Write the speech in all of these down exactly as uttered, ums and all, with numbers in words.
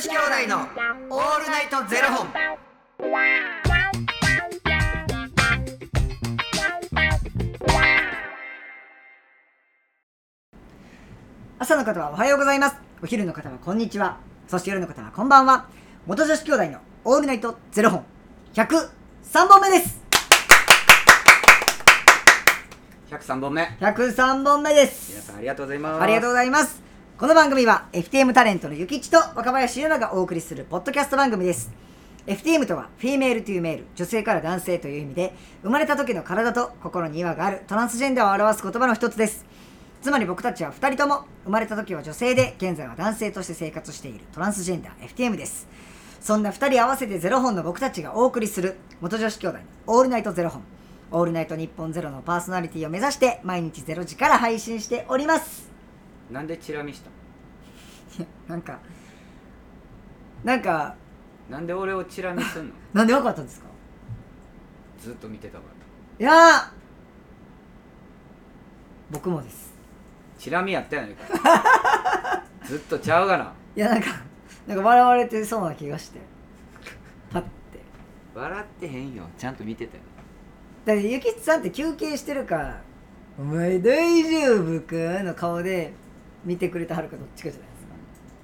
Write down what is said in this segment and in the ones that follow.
子兄弟のオールナイトゼロ本。朝の方はおはようございます。お昼の方はこんにちは。そして夜の方はこんばんは。元女子兄弟のオールナイトゼロ本ひゃくさんぼんめです。 ひゃくさんぼんめ。 ひゃくさんぼんめです。 皆さんありがとうございます。 ありがとうございます。この番組は エフティーエム タレントのゆきちと若林優奈がお送りするポッドキャスト番組です。 エフティーエム とはフィメールというメール、女性から男性という意味で、生まれた時の体と心に違和があるトランスジェンダーを表す言葉の一つです。つまり僕たちはふたりとも生まれた時は女性で現在は男性として生活しているトランスジェンダー エフティーエム です。そんなふたり合わせてゼロ本の僕たちがお送りする元女子兄弟のオールナイトゼロ本、オールナイト日本ゼロのパーソナリティを目指して毎日ゼロじから配信しております。 なんでチラ見したなんかなんかなんで俺をチラ見すんのなんでわかったんですか？ ずっと見てたかいやー僕もです。 ら。チラ見やったやないかずっとちゃうがな。 いやなんかなんか笑われてそうな気がしてパッて笑ってへんよ、ちゃんと見てたよ。 だってゆきちさんって休憩してるからお前大丈夫かの顔で見てくれてはるかどっちかじゃないですか。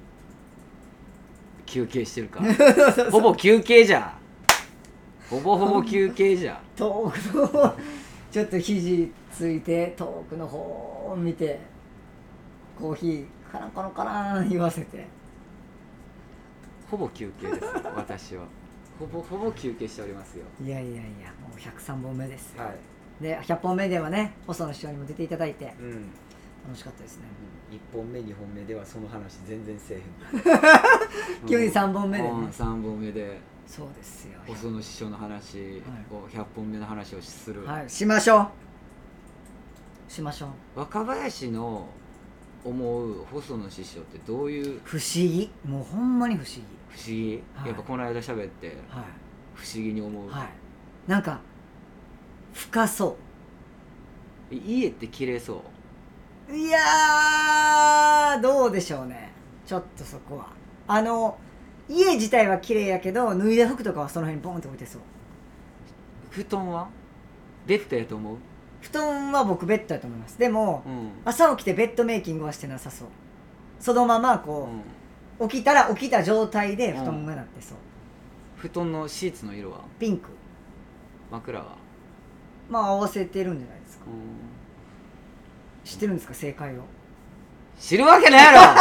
休憩してるかほぼ休憩じゃほぼほぼ休憩じゃ遠くの方ちょっと肘ついて遠くの方を見てコーヒーカランカランカラン言わせてほぼ休憩です私はほぼほぼ休憩しておりますよ。 いやいやいやもうひゃくさんぼんめですよ、 はい。 でひゃっぽんめではね細野師匠にも出ていただいてうん楽しかったですね。 いっぽんめにほんめではその話全然せえへん急にさんぼんめでね、 うん、さんぼんめでそうですよ。 細野師匠の話をひゃっぽんめの話をする、 はい、しましょうしましょう。 若林の思う細野師匠ってどういう不思議、もうほんまに不思議。 不思議、 はい、 やっぱこの間喋ってはい不思議に思う、 はい、なんか深そう家って綺麗そう。いやーどうでしょうね。ちょっとそこはあの家自体は綺麗やけど脱いだ服とかはその辺にボンって置いてそう。 布団はベッドやと思う？ 布団は僕ベッドやと思います。でも、うん、朝起きてベッドメイキングはしてなさそう。そのままこう、うん、起きたら起きた状態で布団がなってそう、 うん、布団のシーツの色はピンク。 枕はまあ合わせてるんじゃないですか。うん、知ってるんですか正解を。 知るわけないやろ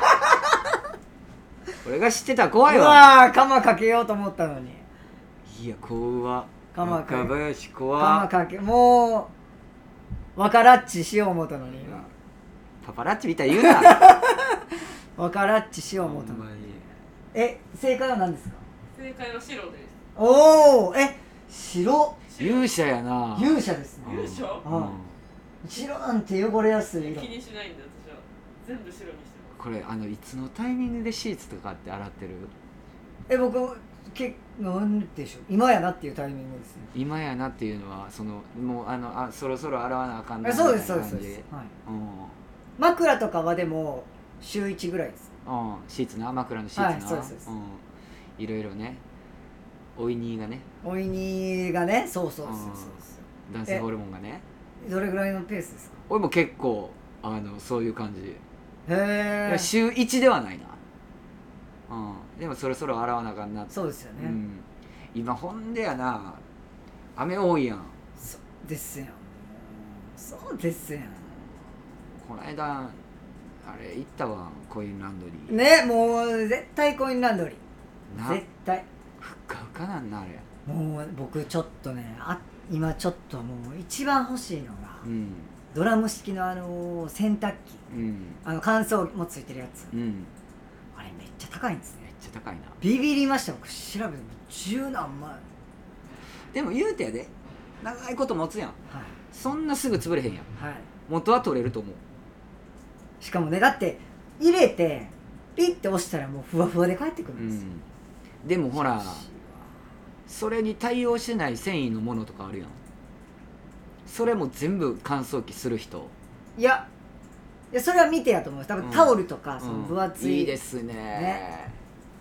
俺が知ってたら怖いわ。 うわー鎌かけようと思ったのに。 いや怖っ。 鎌かけ若林怖っ。 鎌かけもうわからっちしよう思ったのに、うん、 パパラッチみたいに言うなわからっちしよう思ったのに。え正解は何ですか？ 正解は白です。 おおえ白。 勇者やな。 勇者ですね。 勇者、 うん、白なんて汚れやすい色。 気にしないんで私は全部白にしてます。 これあのいつのタイミングでシーツとかって洗ってる？ え僕けなんでしょう今やなっていうタイミングですね。 今やなっていうのはそのもうあのあそろそろ洗わなあかんなみたいな感じ。 そうですそうですそうです、はい、 うん、 枕とかはでも週いちぐらいです。 うん、シーツな枕のシーツな、はい、 そうですそうです、うん、 いろいろねおいにがねおいにがねそうそうそうそう、 うん、男性ホルモンがね。 どれぐらいのペースですか？ 俺も結構あのそういう感じ。 へえ。 週いちではないな、うん、でもそろそろ洗わなあかんなって。 そうですよね、うん、 今ほんでやな雨多いやん。 そうですやんそうですやん。 この間あれ行ったわコインランドリーね。もう絶対コインランドリー絶対ふっかふかなんなあれ。 もう僕ちょっとねあ今ちょっともう一番欲しいのが、うん、ドラム式のあの洗濯機、うん、あの乾燥もついてるやつ、うん、あれめっちゃ高いんですね。 めっちゃ高いな。 ビビりました。僕調べても十何万。 でも言うてやで長いこと持つやん、はい、そんなすぐ潰れへんやん、はい、元は取れると思う。 しかもねだって入れてピッて押したらもうふわふわで返ってくるんですよ、 うん、でもほらそれに対応してない繊維のものとかあるやん。それも全部乾燥機する人。 いやいやそれは見てやと思います。多分タオルとか、うん、その分厚い、 いいですね、ね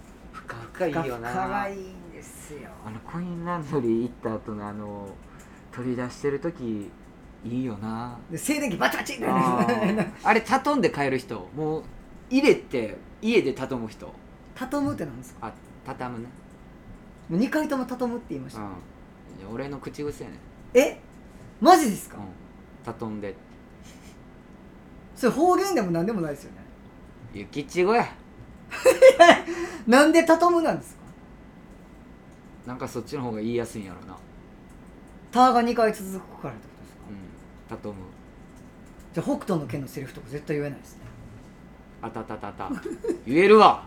ふかふかいいよな。 ふかふかがいいんですよ。 あのコインランドリー行った後のあの取り出してる時いいよな。 で静電気バチバチってああれ畳んで帰る人、もう入れて家で畳む人。 畳むってなんですか？ あ、畳むね。 もうにかいとも畳むって言いました、 うん、俺の口癖やねん。 えマジですか？ うん、畳んで。 それ方言でも何でもないですよね。 ゆきちごや。 なんで畳むなんですか？ なんかそっちの方が言いやすいんやろな。 ターがにかい続くからってことですか？ うん、畳む。 じゃあ北斗の拳のセリフとか絶対言えないですね。 あたたたた言えるわ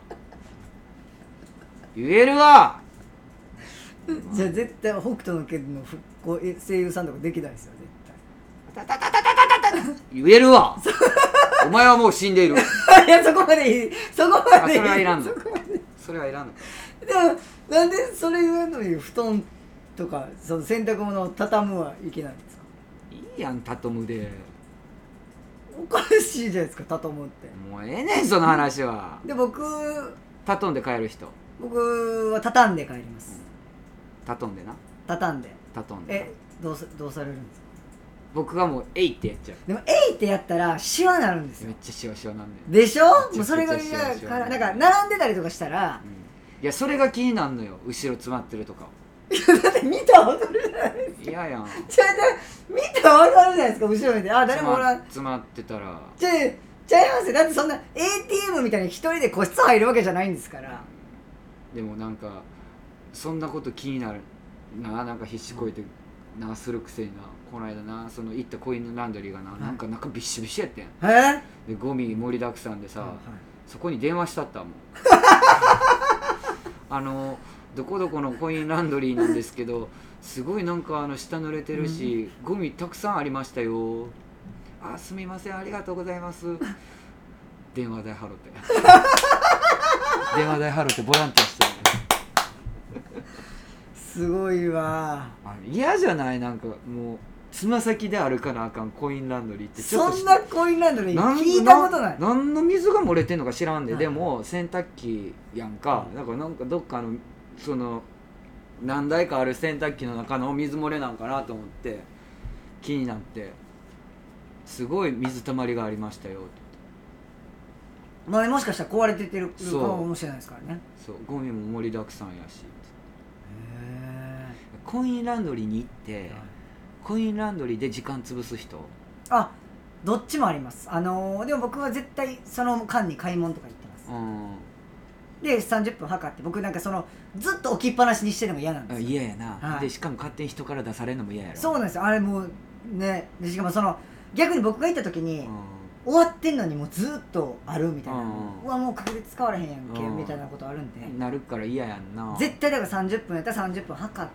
言えるわじゃあ絶対北斗の拳の復興え声優さんとかできないですよ絶たたたたたたたた言えるわお前はもう死んでいる。 対いやそこまでいいそこまあ、 でいいそれはいらんの。 そこまでそれはいらんの。 でもなんでそれ言えんのに布団とかその洗濯物を畳むはいけないんですか？ いいやん、畳むで。 おかしいじゃないですか畳むって。 もうええねんその話は。 で僕畳んで帰る人。 僕は畳んで帰ります、 畳んでな。 畳んで。 畳んで。 えどうすどうされるんですか？ 僕がもうえいってやっちゃう。 でもえいってやったらシワなるんですよめっちゃシワシワなんねん。 でしょ？ めちゃくちゃもうそれが嫌やからなんか並んでたりとかしたらうん、いやそれが気になるのよ。後ろ詰まってるとか。 だって見たら分かるじゃないですか。 嫌やん。 じゃあ見たら分かるじゃないですか後ろ見てあ誰もおらん。 詰まってたら。 じゃあちゃいますよ。だってそんな エーティーエム みたいに一人で個室入るわけじゃないんですから。 でもなんかそんなこと気になるな。なんか必死こいてなするくせにな。この間なその行ったコインランドリーがな、 はい、 なんか中ビッシビシやってん。 えでゴミ盛りだくさんでさ、 はいはい、 そこに電話したったもんあのどこどこのコインランドリーなんですけどすごいなんかあの下濡れてるし、うん、ゴミたくさんありましたよ。あ、すみませんありがとうございます電話代払って電話代払ってボランティアしてるすごいわ。 嫌じゃない？なんかもうつま先で歩かなあかんコインランドリーってちょっとそんなコインランドリー聞いたことない。 な何の水が漏れてんのか知らんで、はい、でも洗濯機やんか、だからなんかどっかのその何台かある洗濯機の中の水漏れなんかなと思って気になって、すごい水たまりがありましたよって。 まあもしかしたら壊れててるかもしれないですからね。 そうゴミも盛りだくさんやし。 へコインランドリーに行って、はい、コインランドリーで時間潰す人。 あ、どっちもあります。あのー、でも僕は絶対その間に買い物とか行ってます、うん、でさんじゅっぷん測って、僕なんかそのずっと置きっぱなしにしてるのも嫌なんですよ。 嫌やな、はい、でしかも勝手に人から出されるのも嫌やろ。 そうなんですよ。あれもうね、でしかもその逆に僕が行った時に、うん、終わってんのにもうずっとあるみたいな、うん、うわもう確実使われへんやんけ、うん、みたいなことあるんでなるから嫌やんな。絶対だからさんじゅっぷんやったらさんじゅっぷん測って、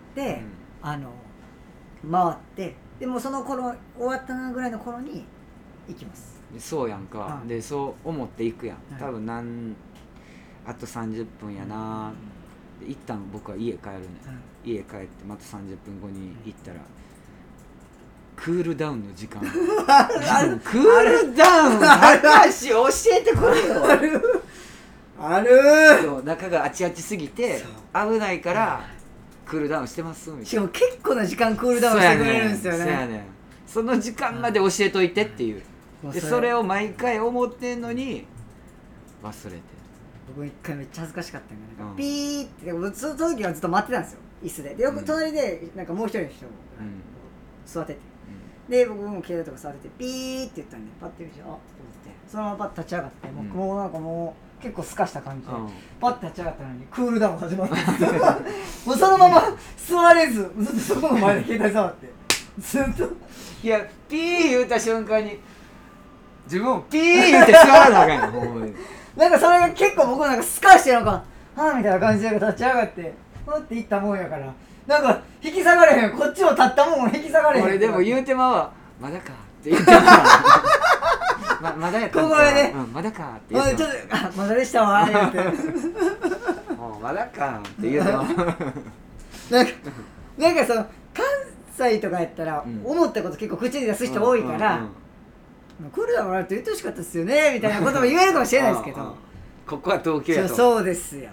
うん、あの回ってでもその頃終わったなぐらいの頃に行きます。 そうやんか、はい、でそう思って行くやん、 はい、 多分なんあとさんじゅっぷんやな、うん、で一旦僕は家帰るね、はい、家帰ってまたさんじゅっぷんごに行ったら、うん、クールダウンの時間クールダウン話教えてくれよあるあるそう中があちあちすぎて危ないからクールダウンしてますみたいな。 しかも結構な時間クールダウンしてくれるんですよね。 そうやねん、そうやねん。その時間まで教えといてっていう、うん、でそれを毎回思ってんのに忘れて。 僕一回めっちゃ恥ずかしかったんだけど、うん、ピーって僕その時はずっと待ってたんですよ椅子で。でよく隣でなんかもう一人の人も座ってて、うん、で僕も携帯とか触っててピーって言ったんでパッて見てあっと思ってそのままパッと立ち上がって、うん、僕もうなんかもう結構すかした感じで、うん、パッて立ち上がったのにクールダウン始まってもうそのまま座れずずっとそこの前で携帯触ってずっといやピー言うた瞬間に自分もピー言うて座らなあかんよなんかそれが結構僕なんかスカしてなんかはぁみたいな感じで立ち上がってふっていったもんやからなんか引き下がれへんこっちも立ったもん引き下がれへん。 俺でも言うてまはまだかって言ってまま, まだやったんかここでね、 うん、まだかって言ってちょっとあまだでしたわ言ってもうまだかって言うてまなんかなんかその関西とかやったら、うん、思ったこと結構口に出す人多いから、うんうんうん、クールダウンもらうと言ってほしかったっすよねみたいなことも言えるかもしれないですけどここは東京やと。 そうですよ。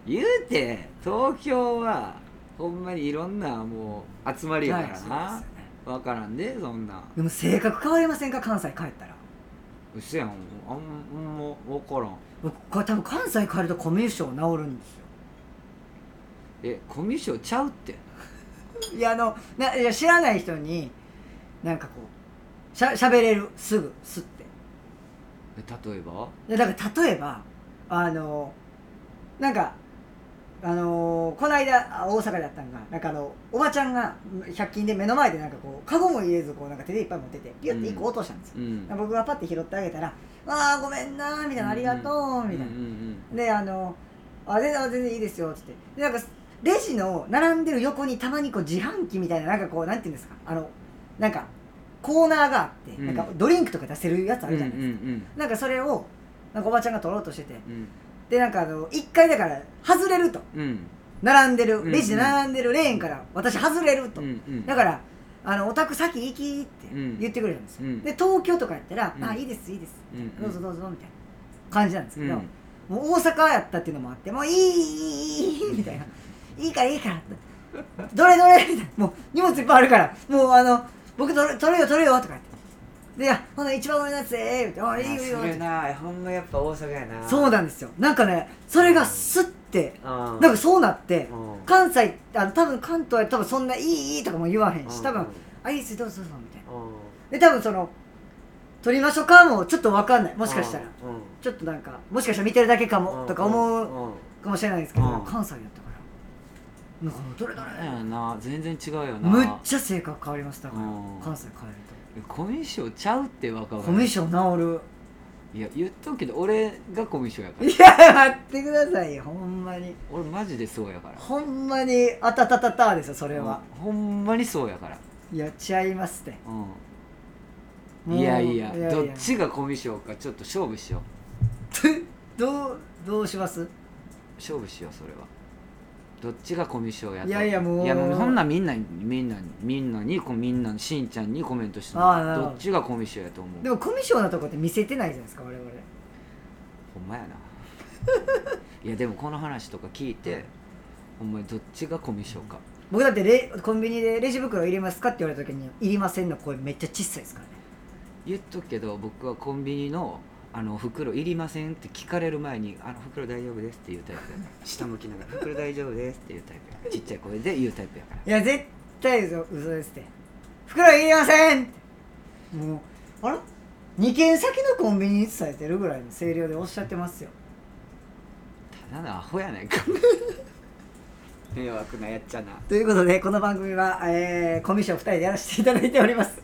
言うて東京はほんまにいろんなもう集まりやからな、 はいそうですよね分からんでそんなでも性格変わりませんか関西帰ったら。 うせやんあんま分からん僕これ多分関西帰るとコミュ障治るんですよ。 えコミュ障ちゃうっていやあのないや知らない人になんかこうしゃ喋れるすぐすってえ例えばいやだから例えばあのなんかあのこの間あ大阪でやったんがなんかあのおばちゃんがひゃく均で目の前でなんかこうカゴも入れずこうなんか手でいっぱい持っててピュッていっこ落としたんですよ、 うん僕がパッて拾ってあげたら「ああごめんな」みたいな「ありがとう」みたいな、 うんうんであのあ全然全然いいですよっつってでなんかレジの並んでる横にたまにこう自販機みたいななんかこうなんていうんですかあのなんかコーナーがあって、うん、なんかドリンクとか出せるやつあるじゃないですか、うんうんうん、なんかそれをなんかおばちゃんが取ろうとしてて、うん、でなんかあのいっかいだから外れると、うん、並んでるレジで並んでるレーンから私外れると、うんうん、だからあのお宅先行きって言ってくれるんですよ、うん、で東京とかやったら、うん、あいいですいいです、うん、どうぞどうぞみたいな感じなんですけど、うん、もう大阪やったっていうのもあってもういいいいいいみたいないいからいいからどれどれみたいなもう荷物いっぱいあるからもうあの僕取る取るよ取るよとか言ってでいやほな一番上のやつええー、あいいよいいよそれなほんまやっぱ大阪やなそうなんですよなんかねそれがスッて、うん、なんかそうなって、うん、関西あの多分関東は多分そんないいいいとかも言わへんし多分、うん、あいいですどうぞどうぞみたいな、うん、で多分その取りましょうかもちょっと分かんないもしかしたら、うん、ちょっとなんかもしかしたら見てるだけかも、うん、とか思うかもしれないですけど、うん、関西やったからなんかどれどれやな全然違うよなむっちゃ性格変わりましたから、うん、関西帰るとコミュ障ちゃうって分かるコミュ障治るいや言っとくけど俺がコミュ障やからいや待ってくださいよほんまに俺マジでそうやからほんまにあたたたたですよそれは、 うん、ほんまにそうやからいやちゃいますって、 うん、いやいやいやいやどっちがコミュ障かちょっと勝負しようどうどうします勝負しようそれはどっちがコミュ障やといやいやもういやもうほんなみんなみんなみんなにみんなにしんちゃんにコメントしてもどっちがコミュ障やと思うでもコミュ障なとこって見せてないじゃないですか我々 ほんまやないやでもこの話とか聞いてほんまにどっちがコミュ障か僕だってレコンビニでレジ袋入れますかって言われた時にいりませんの声めっちゃ小さいですからね言っとくけど僕はコンビニのあの袋いりませんって聞かれる前にあの袋大丈夫ですって言うタイプや下向きながら袋大丈夫ですって言うタイプやちっちゃい声で言うタイプやからいや絶対嘘嘘ですって袋いりませんってもうあれに軒先のコンビニに伝えてるぐらいの声量でおっしゃってますよただのアホやないか迷惑なやっちゃなということでこの番組は、えー、コミュ障ふたりでやらせていただいております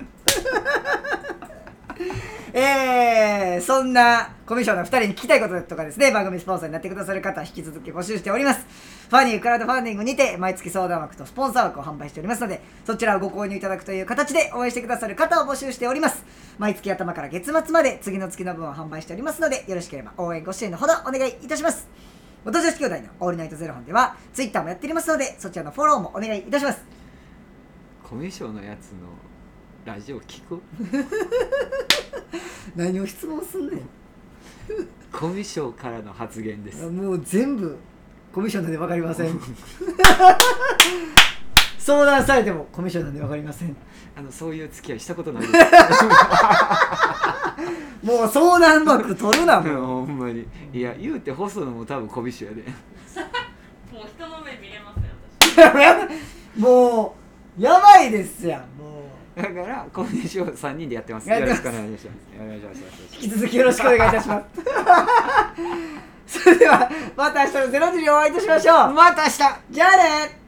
えー、そんなコミュ障のふたりに聞きたいこととかですね番組スポンサーになってくださる方は引き続き募集しておりますファニークラウドファンディングにて毎月相談枠とスポンサー枠を販売しておりますのでそちらをご購入いただくという形で応援してくださる方を募集しております毎月頭から月末まで次の月の分を販売しておりますのでよろしければ応援ご支援のほどお願いいたします元女子兄弟のオールナイトゼロ本ではツイッターもやっておりますのでそちらのフォローもお願いいたしますコミュ障のやつのラジオ聞く何を質問すんねんコミュ障からの発言ですもう全部コミュ障なんで分かりません相談されてもコミュ障なんで分かりませんあのそういう付き合いしたことないですもう相談枠取るなもうほんまにいや言うて細野も多分コミュ障やでもう人の目見れますよ私もうやばいですやんもうだからコミュ障さんにんでやってますよろしくお願いしますお願いします引き続きよろしくお願いいたしますそれではまた明日のゼロ時にお会いいたしましょうまた明日じゃあね